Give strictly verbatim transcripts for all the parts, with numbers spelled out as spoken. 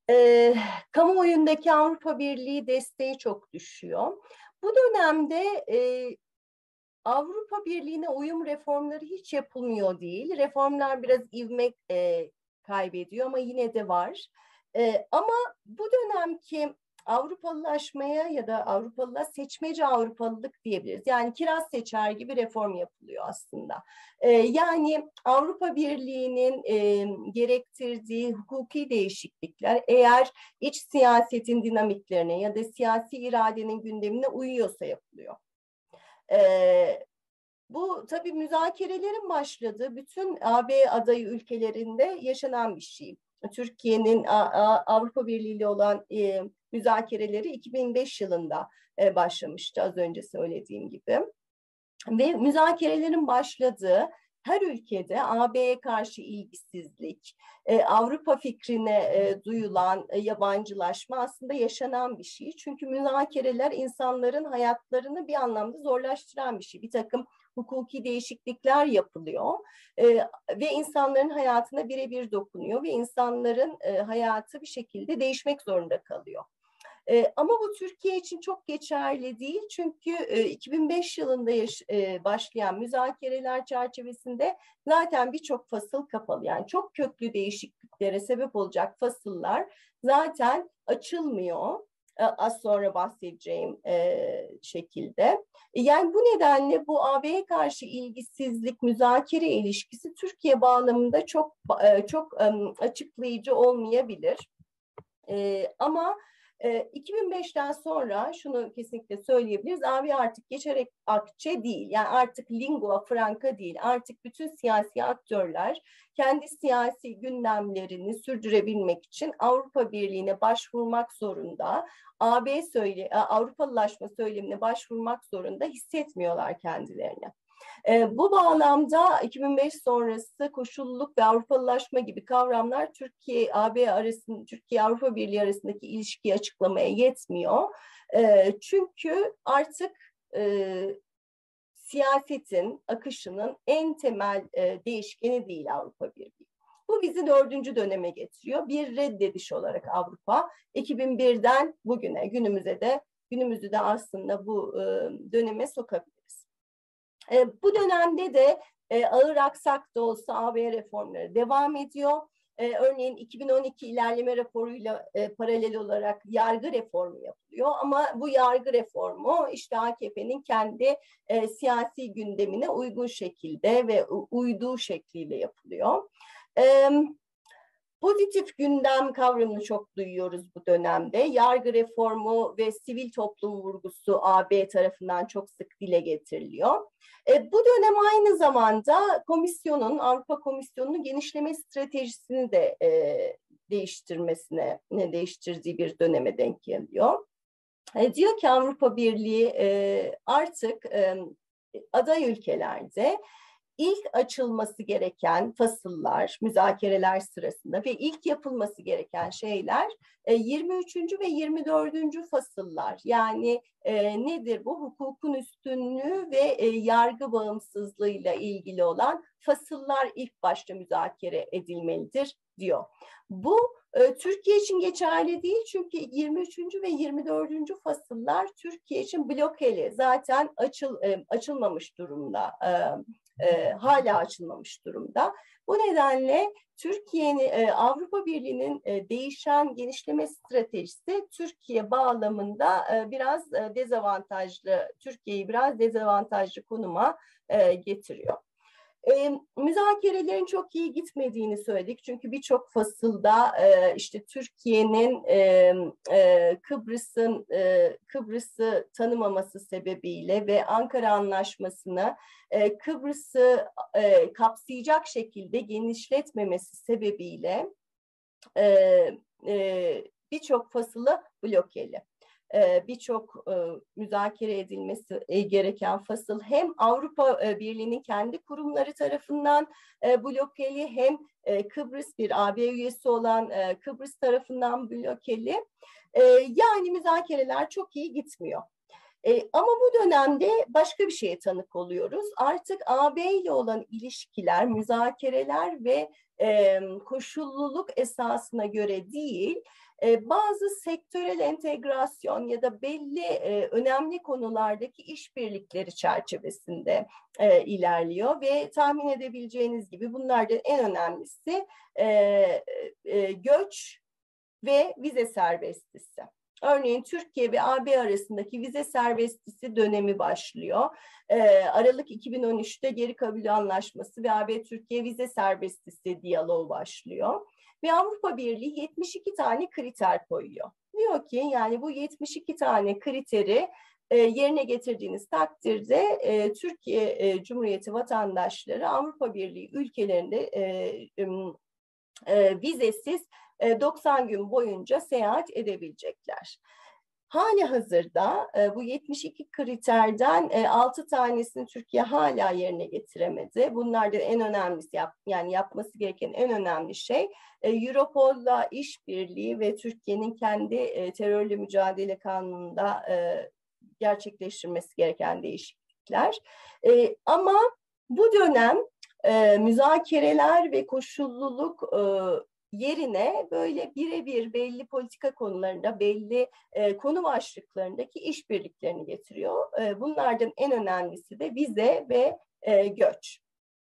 e, kamuoyundaki Avrupa Birliği desteği çok düşüyor. Bu dönemde e, Avrupa Birliği'ne uyum reformları hiç yapılmıyor değil. Reformlar biraz ivme e, kaybediyor ama yine de var. E, ama bu dönemki Avrupalılaşmaya ya da Avrupalılığa seçmeci Avrupalılık diyebiliriz. Yani kiraz seçer gibi reform yapılıyor aslında. E, yani Avrupa Birliği'nin e, gerektirdiği hukuki değişiklikler eğer iç siyasetin dinamiklerine ya da siyasi iradenin gündemine uyuyorsa yapılıyor. E, Bu tabii müzakerelerin başladığı bütün A B adayı ülkelerinde yaşanan bir şey. Türkiye'nin Avrupa Birliği ile olan e, müzakereleri iki bin beş yılında e, başlamıştı az önce söylediğim gibi. Ve müzakerelerin başladığı her ülkede A B'ye karşı ilgisizlik, e, Avrupa fikrine e, duyulan e, yabancılaşma aslında yaşanan bir şey. Çünkü müzakereler insanların hayatlarını bir anlamda zorlaştıran bir şey. Bir takım hukuki değişiklikler yapılıyor e, ve insanların hayatına birebir dokunuyor ve insanların e, hayatı bir şekilde değişmek zorunda kalıyor. E, ama bu Türkiye için çok geçerli değil çünkü e, iki bin beş yılında yaş- e, başlayan müzakereler çerçevesinde zaten birçok fasıl kapalı. Yani çok köklü değişikliklere sebep olacak fasıllar zaten açılmıyor. E, az sonra bahsedeceğim e, şekilde. Yani bu nedenle bu A B'ye karşı ilgisizlik, müzakere ilişkisi Türkiye bağlamında çok e, çok e, açıklayıcı olmayabilir. E, ama e, iki bin beşten sonra şunu kesinlikle söyleyebiliriz. A B artık geçerek akçe değil. Yani artık lingua franca değil. Artık bütün siyasi aktörler kendi siyasi gündemlerini sürdürebilmek için Avrupa Birliği'ne başvurmak zorunda. A B söyle, Avrupalılaşma söylemine başvurmak zorunda hissetmiyorlar kendilerini. E, bu bağlamda iki bin beş sonrası koşulluluk ve Avrupalılaşma gibi kavramlar Türkiye A B arasında, Türkiye Avrupa Birliği arasındaki ilişkiyi açıklamaya yetmiyor. E, çünkü artık e, siyasetin akışının en temel e, değişkeni değil Avrupa Birliği. Bu bizi dördüncü döneme getiriyor. Bir reddediş olarak Avrupa iki bin birden bugüne, günümüze de günümüzü de aslında bu e, döneme sokabiliriz. E, bu dönemde de e, ağır aksak da olsa A B reformları devam ediyor. E, örneğin iki bin on iki ilerleme raporuyla e, paralel olarak yargı reformu yapılıyor. Ama bu yargı reformu işte A K P'nin kendi e, siyasi gündemine uygun şekilde ve uyduğu şekliyle yapılıyor. Evet. Pozitif gündem kavramını çok duyuyoruz bu dönemde. Yargı reformu ve sivil toplum vurgusu A B tarafından çok sık dile getiriliyor. E, bu dönem aynı zamanda komisyonun, Avrupa Komisyonu'nun genişleme stratejisini de e, değiştirmesine, ne değiştirdiği bir döneme denk geliyor. E, diyor ki Avrupa Birliği e, artık e, aday ülkelerde İlk açılması gereken fasıllar, müzakereler sırasında ve ilk yapılması gereken şeyler yirmi üçüncü ve yirmi dördüncü fasıllar. Yani e, nedir bu? Hukukun üstünlüğü ve e, yargı bağımsızlığıyla ilgili olan fasıllar ilk başta müzakere edilmelidir diyor. Bu e, Türkiye için geçerli değil çünkü yirmi üçüncü ve yirmi dördüncü fasıllar Türkiye için blokeli, zaten açıl, e, açılmamış durumda. E, E, hala açılmamış durumda. Bu nedenle Türkiye'nin e, Avrupa Birliği'nin e, değişen genişleme stratejisi Türkiye bağlamında e, biraz e, dezavantajlı, Türkiye'yi biraz dezavantajlı konuma e, getiriyor. E, müzakerelerin çok iyi gitmediğini söyledik. Çünkü birçok fasılda e, işte Türkiye'nin e, e, Kıbrıs'ın e, Kıbrıs'ı tanımaması sebebiyle ve Ankara Anlaşması'nı e, Kıbrıs'ı e, kapsayacak şekilde genişletmemesi sebebiyle e, e, birçok fasılı blokeli. Birçok e, müzakere edilmesi e, gereken fasıl hem Avrupa e, Birliği'nin kendi kurumları tarafından e, blokeli hem e, Kıbrıs bir A B üyesi olan e, Kıbrıs tarafından blokeli. E, yani müzakereler çok iyi gitmiyor. E, ama bu dönemde başka bir şeye tanık oluyoruz. Artık A B ile olan ilişkiler, müzakereler ve e, koşulluluk esasına göre değil, e, bazı sektörel entegrasyon ya da belli e, önemli konulardaki işbirlikleri çerçevesinde e, ilerliyor ve tahmin edebileceğiniz gibi bunlardan en önemlisi e, e, göç ve vize serbestisi. Örneğin Türkiye ve A B arasındaki vize serbestisi dönemi başlıyor. Ee, Aralık iki bin on üçte geri kabul anlaşması ve A B-Türkiye vize serbestisi diyaloğu başlıyor. Ve Avrupa Birliği yetmiş iki tane kriter koyuyor. Diyor ki yani bu yetmiş iki tane kriteri e, yerine getirdiğiniz takdirde e, Türkiye e, Cumhuriyeti vatandaşları Avrupa Birliği ülkelerinde e, e, vizesiz doksan gün boyunca seyahat edebilecekler. Hali hazırda bu yetmiş iki kriterden altı tanesini Türkiye hala yerine getiremedi. Bunlardan en önemlisi yap, yani yapması gereken en önemli şey Europol'la işbirliği ve Türkiye'nin kendi terörle mücadele kanununda gerçekleştirmesi gereken değişiklikler. Ama bu dönem müzakereler ve koşulluluk yerine böyle birebir belli politika konularında, belli e, konu başlıklarındaki işbirliklerini getiriyor. E, bunlardan en önemlisi de vize ve e, göç.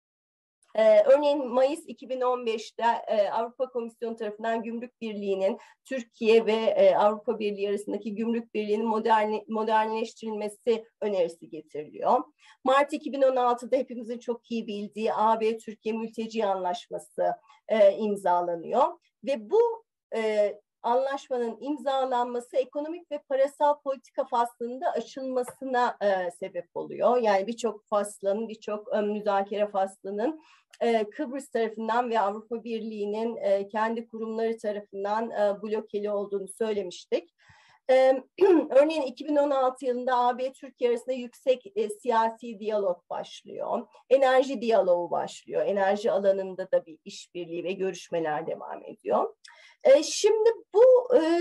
Ee, örneğin Mayıs iki bin on beşte e, Avrupa Komisyonu tarafından Gümrük Birliği'nin Türkiye ve e, Avrupa Birliği arasındaki Gümrük Birliği'nin moderni, modernleştirilmesi önerisi getiriliyor. Mart iki bin on altıda hepimizin çok iyi bildiği A B-Türkiye Mülteci Anlaşması e, imzalanıyor ve bu e, anlaşmanın imzalanması ekonomik ve parasal politika faslının da açılmasına e, sebep oluyor. Yani birçok faslın, birçok e, müzakere faslının e, Kıbrıs tarafından ve Avrupa Birliği'nin e, kendi kurumları tarafından e, blokeli olduğunu söylemiştik. Ee, örneğin iki bin on altı yılında A B-Türkiye arasında yüksek e, siyasi diyalog başlıyor. Enerji diyaloğu başlıyor. Enerji alanında da bir işbirliği ve görüşmeler devam ediyor. E, şimdi bu e,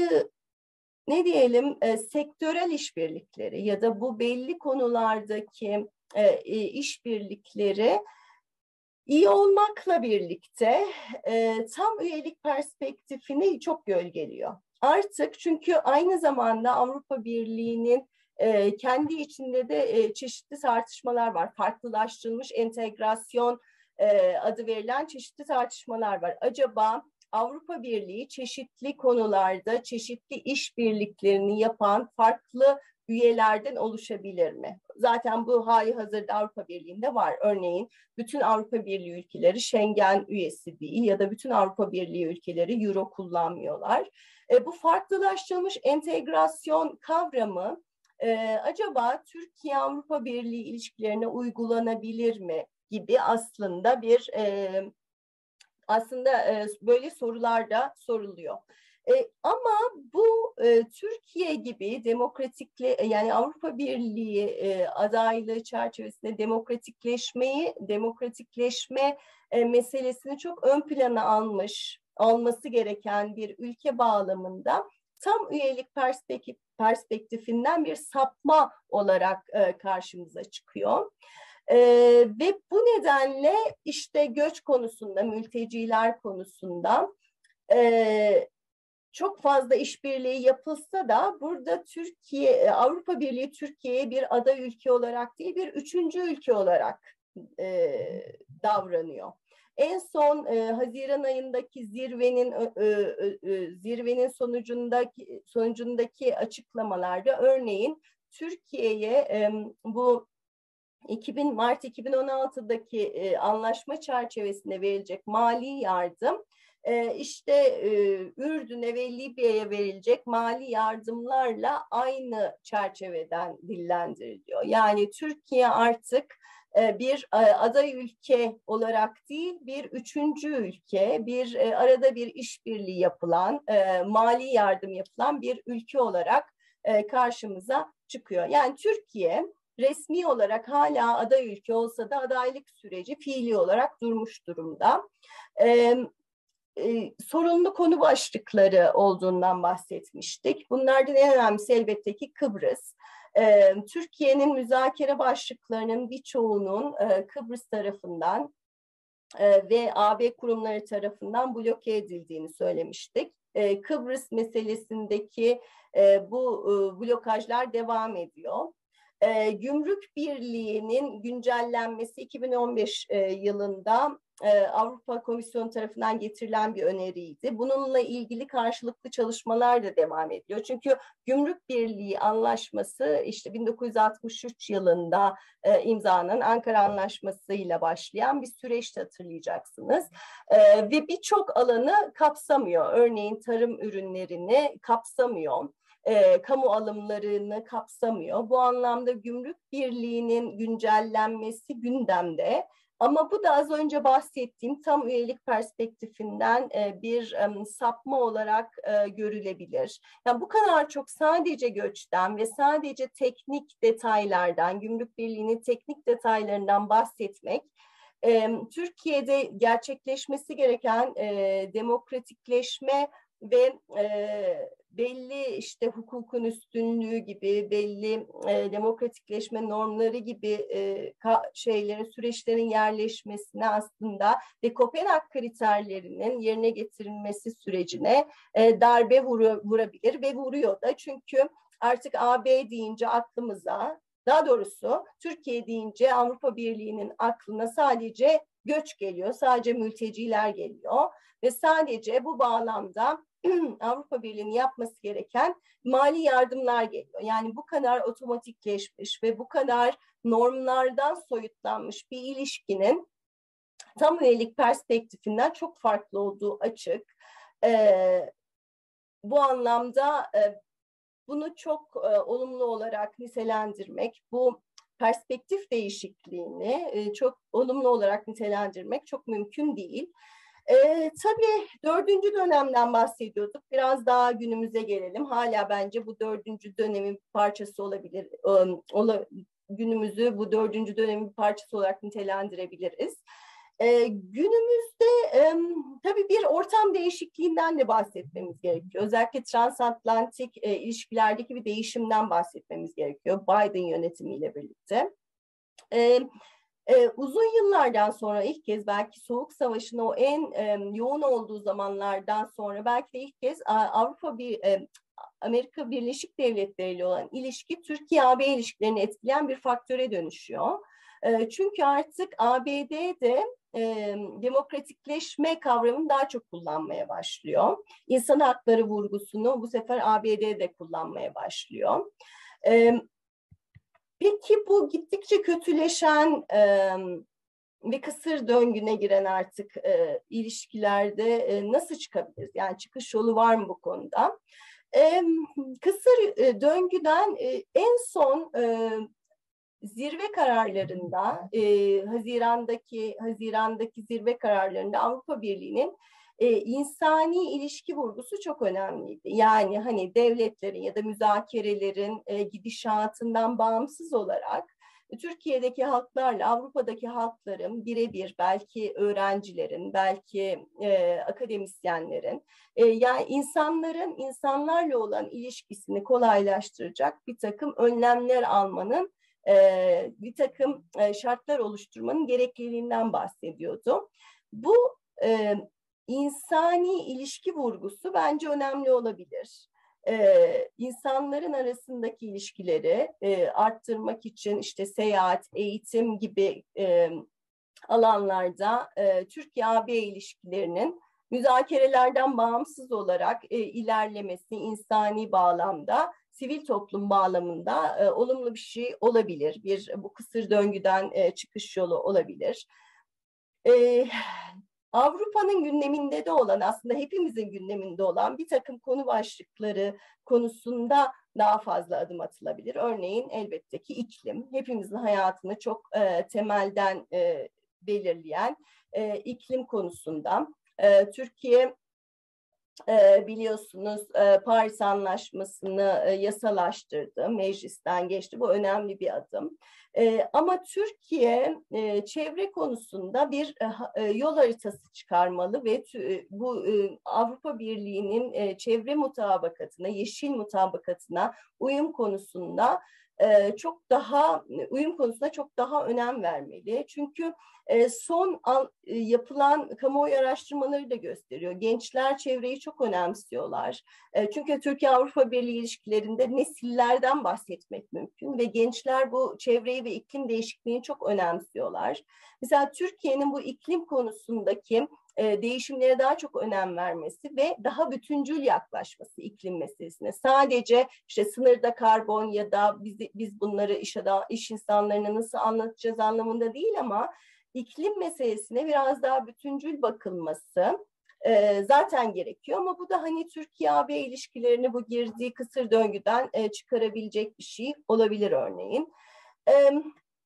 ne diyelim e, sektörel işbirlikleri ya da bu belli konulardaki e, e, işbirlikleri iyi olmakla birlikte e, tam üyelik perspektifini çok gölgeliyor. Artık çünkü aynı zamanda Avrupa Birliği'nin e, kendi içinde de e, çeşitli tartışmalar var. Farklılaştırılmış entegrasyon e, adı verilen çeşitli tartışmalar var. Acaba Avrupa Birliği çeşitli konularda çeşitli işbirliklerini yapan farklı üyelerden oluşabilir mi? Zaten bu hali hazırda Avrupa Birliği'nde var. Örneğin bütün Avrupa Birliği ülkeleri Schengen üyesi değil ya da bütün Avrupa Birliği ülkeleri Euro kullanmıyorlar. E, bu farklılaştırılmış entegrasyon kavramı e, acaba Türkiye-Avrupa Birliği ilişkilerine uygulanabilir mi gibi aslında bir e, aslında e, böyle sorular da soruluyor. E, ama bu e, Türkiye gibi demokratikle yani Avrupa Birliği e, adaylığı çerçevesinde demokratikleşmeyi, demokratikleşme e, meselesini çok ön plana almış olması gereken bir ülke bağlamında tam üyelik perspektif, perspektifinden bir sapma olarak e, karşımıza çıkıyor. Ee, ve bu nedenle işte göç konusunda, mülteciler konusunda e, çok fazla işbirliği yapılsa da burada Türkiye, Avrupa Birliği Türkiye'ye bir aday ülke olarak değil, bir üçüncü ülke olarak e, davranıyor. En son e, Haziran ayındaki zirvenin e, e, zirvenin sonucundaki sonucundaki açıklamalarda örneğin Türkiye'ye e, bu iki bin Mart iki bin on altıdaki e, anlaşma çerçevesinde verilecek mali yardım e, işte e, Ürdün'e ve Libya'ya verilecek mali yardımlarla aynı çerçeveden dillendiriliyor. Yani Türkiye artık e, bir e, aday ülke olarak değil, bir üçüncü ülke, bir e, arada bir işbirliği yapılan, e, mali yardım yapılan bir ülke olarak e, karşımıza çıkıyor. Yani Türkiye resmi olarak hala aday ülke olsa da adaylık süreci fiili olarak durmuş durumda. Ee, e, sorunlu konu başlıkları olduğundan bahsetmiştik. Bunlardan en önemlisi elbette ki Kıbrıs. E, Türkiye'nin müzakere başlıklarının birçoğunun e, Kıbrıs tarafından e, ve A B kurumları tarafından bloke edildiğini söylemiştik. E, Kıbrıs meselesindeki e, bu e, blokajlar devam ediyor. E, Gümrük Birliği'nin güncellenmesi iki bin on beş e, yılında e, Avrupa Komisyonu tarafından getirilen bir öneriydi. Bununla ilgili karşılıklı çalışmalar da devam ediyor. Çünkü Gümrük Birliği Anlaşması işte bin dokuz yüz altmış üç yılında e, imzalanan Ankara Anlaşması ile başlayan bir süreçti, hatırlayacaksınız. E, ve birçok alanı kapsamıyor. Örneğin tarım ürünlerini kapsamıyor. E, kamu alımlarını kapsamıyor. Bu anlamda Gümrük Birliği'nin güncellenmesi gündemde. Ama bu da az önce bahsettiğim tam üyelik perspektifinden e, bir e, sapma olarak e, görülebilir. Yani bu kadar çok sadece göçten ve sadece teknik detaylardan, Gümrük Birliği'nin teknik detaylarından bahsetmek, e, Türkiye'de gerçekleşmesi gereken e, demokratikleşme ve e, belli işte hukukun üstünlüğü gibi, belli e, demokratikleşme normları gibi e, ka, şeylerin, süreçlerin yerleşmesine aslında ve Kopenhag kriterlerinin yerine getirilmesi sürecine e, darbe vuru, vurabilir ve vuruyor da. Çünkü artık A B deyince aklımıza, daha doğrusu Türkiye deyince Avrupa Birliği'nin aklına sadece göç geliyor, sadece mülteciler geliyor ve sadece bu bağlamda Avrupa Birliği'nin yapması gereken mali yardımlar geliyor. Yani bu kadar otomatikleşmiş ve bu kadar normlardan soyutlanmış bir ilişkinin tam üyelik perspektifinden çok farklı olduğu açık. Ee, bu anlamda e, bunu çok e, olumlu olarak nitelendirmek, bu perspektif değişikliğini e, çok olumlu olarak nitelendirmek çok mümkün değil. Ee, tabii dördüncü dönemden bahsediyorduk. Biraz daha günümüze gelelim. Hala bence bu dördüncü dönemin bir parçası olabilir. Um, ola, günümüzü bu dördüncü dönemin bir parçası olarak nitelendirebiliriz. Ee, günümüzde um, tabii bir ortam değişikliğinden de bahsetmemiz gerekiyor. Özellikle transatlantik e, ilişkilerdeki bir değişimden bahsetmemiz gerekiyor. Biden yönetimiyle birlikte. Evet. Ee, uzun yıllardan sonra ilk kez belki Soğuk Savaş'ın o en e, yoğun olduğu zamanlardan sonra belki de ilk kez Avrupa bir e, Amerika Birleşik Devletleri ile olan ilişki Türkiye-A B ilişkilerini etkileyen bir faktöre dönüşüyor. E, çünkü artık A B D'de e, demokratikleşme kavramını daha çok kullanmaya başlıyor. İnsan hakları vurgusunu bu sefer A B D'de kullanmaya başlıyor. E, Peki bu gittikçe kötüleşen e, ve kısır döngüne giren artık e, ilişkilerde e, nasıl çıkabiliriz? Yani çıkış yolu var mı bu konuda? E, kısır e, döngüden e, en son e, zirve kararlarında, e, Haziran'daki Haziran'daki zirve kararlarında Avrupa Birliği'nin e, insani ilişki vurgusu çok önemliydi. Yani hani devletlerin ya da müzakerelerin e, gidişatından bağımsız olarak Türkiye'deki halklarla Avrupa'daki halkların birebir, belki öğrencilerin, belki e, akademisyenlerin, e, yani insanların insanlarla olan ilişkisini kolaylaştıracak bir takım önlemler almanın, e, bir takım e, şartlar oluşturmanın gerekliliğinden bahsediyordu. Bu e, insani ilişki vurgusu bence önemli olabilir. Ee, insanların arasındaki ilişkileri e, arttırmak için işte seyahat, eğitim gibi e, alanlarda e, Türkiye-A B ilişkilerinin müzakerelerden bağımsız olarak e, ilerlemesi insani bağlamda, sivil toplum bağlamında e, olumlu bir şey olabilir. Bir bu kısır döngüden e, çıkış yolu olabilir. E, Avrupa'nın gündeminde de olan, aslında hepimizin gündeminde olan bir takım konu başlıkları konusunda daha fazla adım atılabilir. Örneğin elbette ki iklim, hepimizin hayatını çok e, temelden e, belirleyen e, iklim konusunda. E, Türkiye e, biliyorsunuz e, Paris Anlaşması'nı e, yasalaştırdı, meclisten geçti. Bu önemli bir adım. E, ama Türkiye e, çevre konusunda bir e, yol haritası çıkarmalı ve e, bu e, Avrupa Birliği'nin e, çevre mutabakatına, yeşil mutabakatına uyum konusunda e, çok daha uyum konusunda çok daha önem vermeli. Çünkü e, son al, e, yapılan kamuoyu araştırmaları da gösteriyor. Gençler çevreyi çok önemsiyorlar. E, çünkü Türkiye-Avrupa Birliği ilişkilerinde nesillerden bahsetmek mümkün ve gençler bu çevreyi ve iklim değişikliğini çok önemsiyorlar. Mesela Türkiye'nin bu iklim konusundaki e, değişimlere daha çok önem vermesi ve daha bütüncül yaklaşması iklim meselesine. Sadece işte sınırda karbon ya da biz, biz bunları iş, adam, iş insanlarına nasıl anlatacağız anlamında değil ama iklim meselesine biraz daha bütüncül bakılması e, zaten gerekiyor. Ama bu da hani Türkiye-A B ilişkilerini bu girdiği kısır döngüden e, çıkarabilecek bir şey olabilir örneğin. Evet.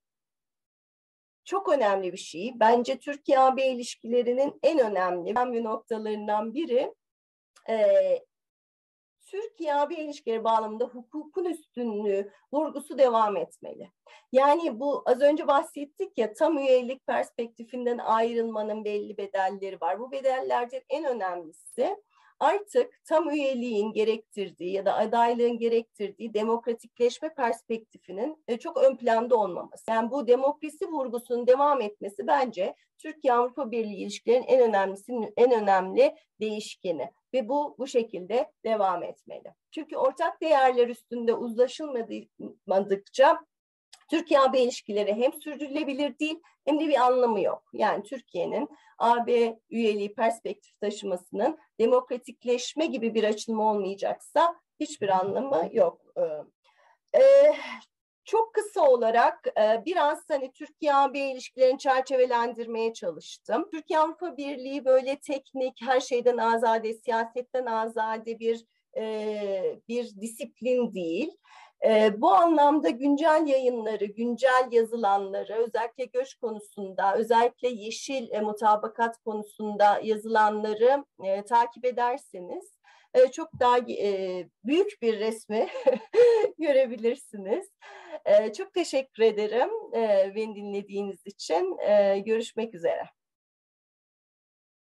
Çok önemli bir şey. Bence Türkiye-A B ilişkilerinin en önemli noktalarından biri e, Türkiye-A B ilişkileri bağlamında hukukun üstünlüğü vurgusu devam etmeli. Yani bu az önce bahsettik ya, tam üyelik perspektifinden ayrılmanın belli bedelleri var. Bu bedellerden en önemlisi artık tam üyeliğin gerektirdiği ya da adaylığın gerektirdiği demokratikleşme perspektifinin çok ön planda olmaması. Yani bu demokrasi vurgusunun devam etmesi bence Türkiye-Avrupa Birliği ilişkilerinin en önemlisinin en önemli değişkeni ve bu bu şekilde devam etmeli. Çünkü ortak değerler üstünde uzlaşılmadıkça Türkiye-A B ilişkileri hem sürdürülebilir değil hem de bir anlamı yok. Yani Türkiye'nin A B üyeliği perspektif taşımasının demokratikleşme gibi bir açılımı olmayacaksa hiçbir anlamı yok. Ee, çok kısa olarak biraz hani Türkiye-A B ilişkilerini çerçevelendirmeye çalıştım. Türkiye-Avrupa Birliği böyle teknik, her şeyden azade, siyasetten azade bir bir disiplin değil. E, bu anlamda güncel yayınları, güncel yazılanları, özellikle göç konusunda, özellikle yeşil e, mutabakat konusunda yazılanları e, takip ederseniz e, çok daha e, büyük bir resmi görebilirsiniz. E, çok teşekkür ederim e, beni dinlediğiniz için. E, görüşmek üzere.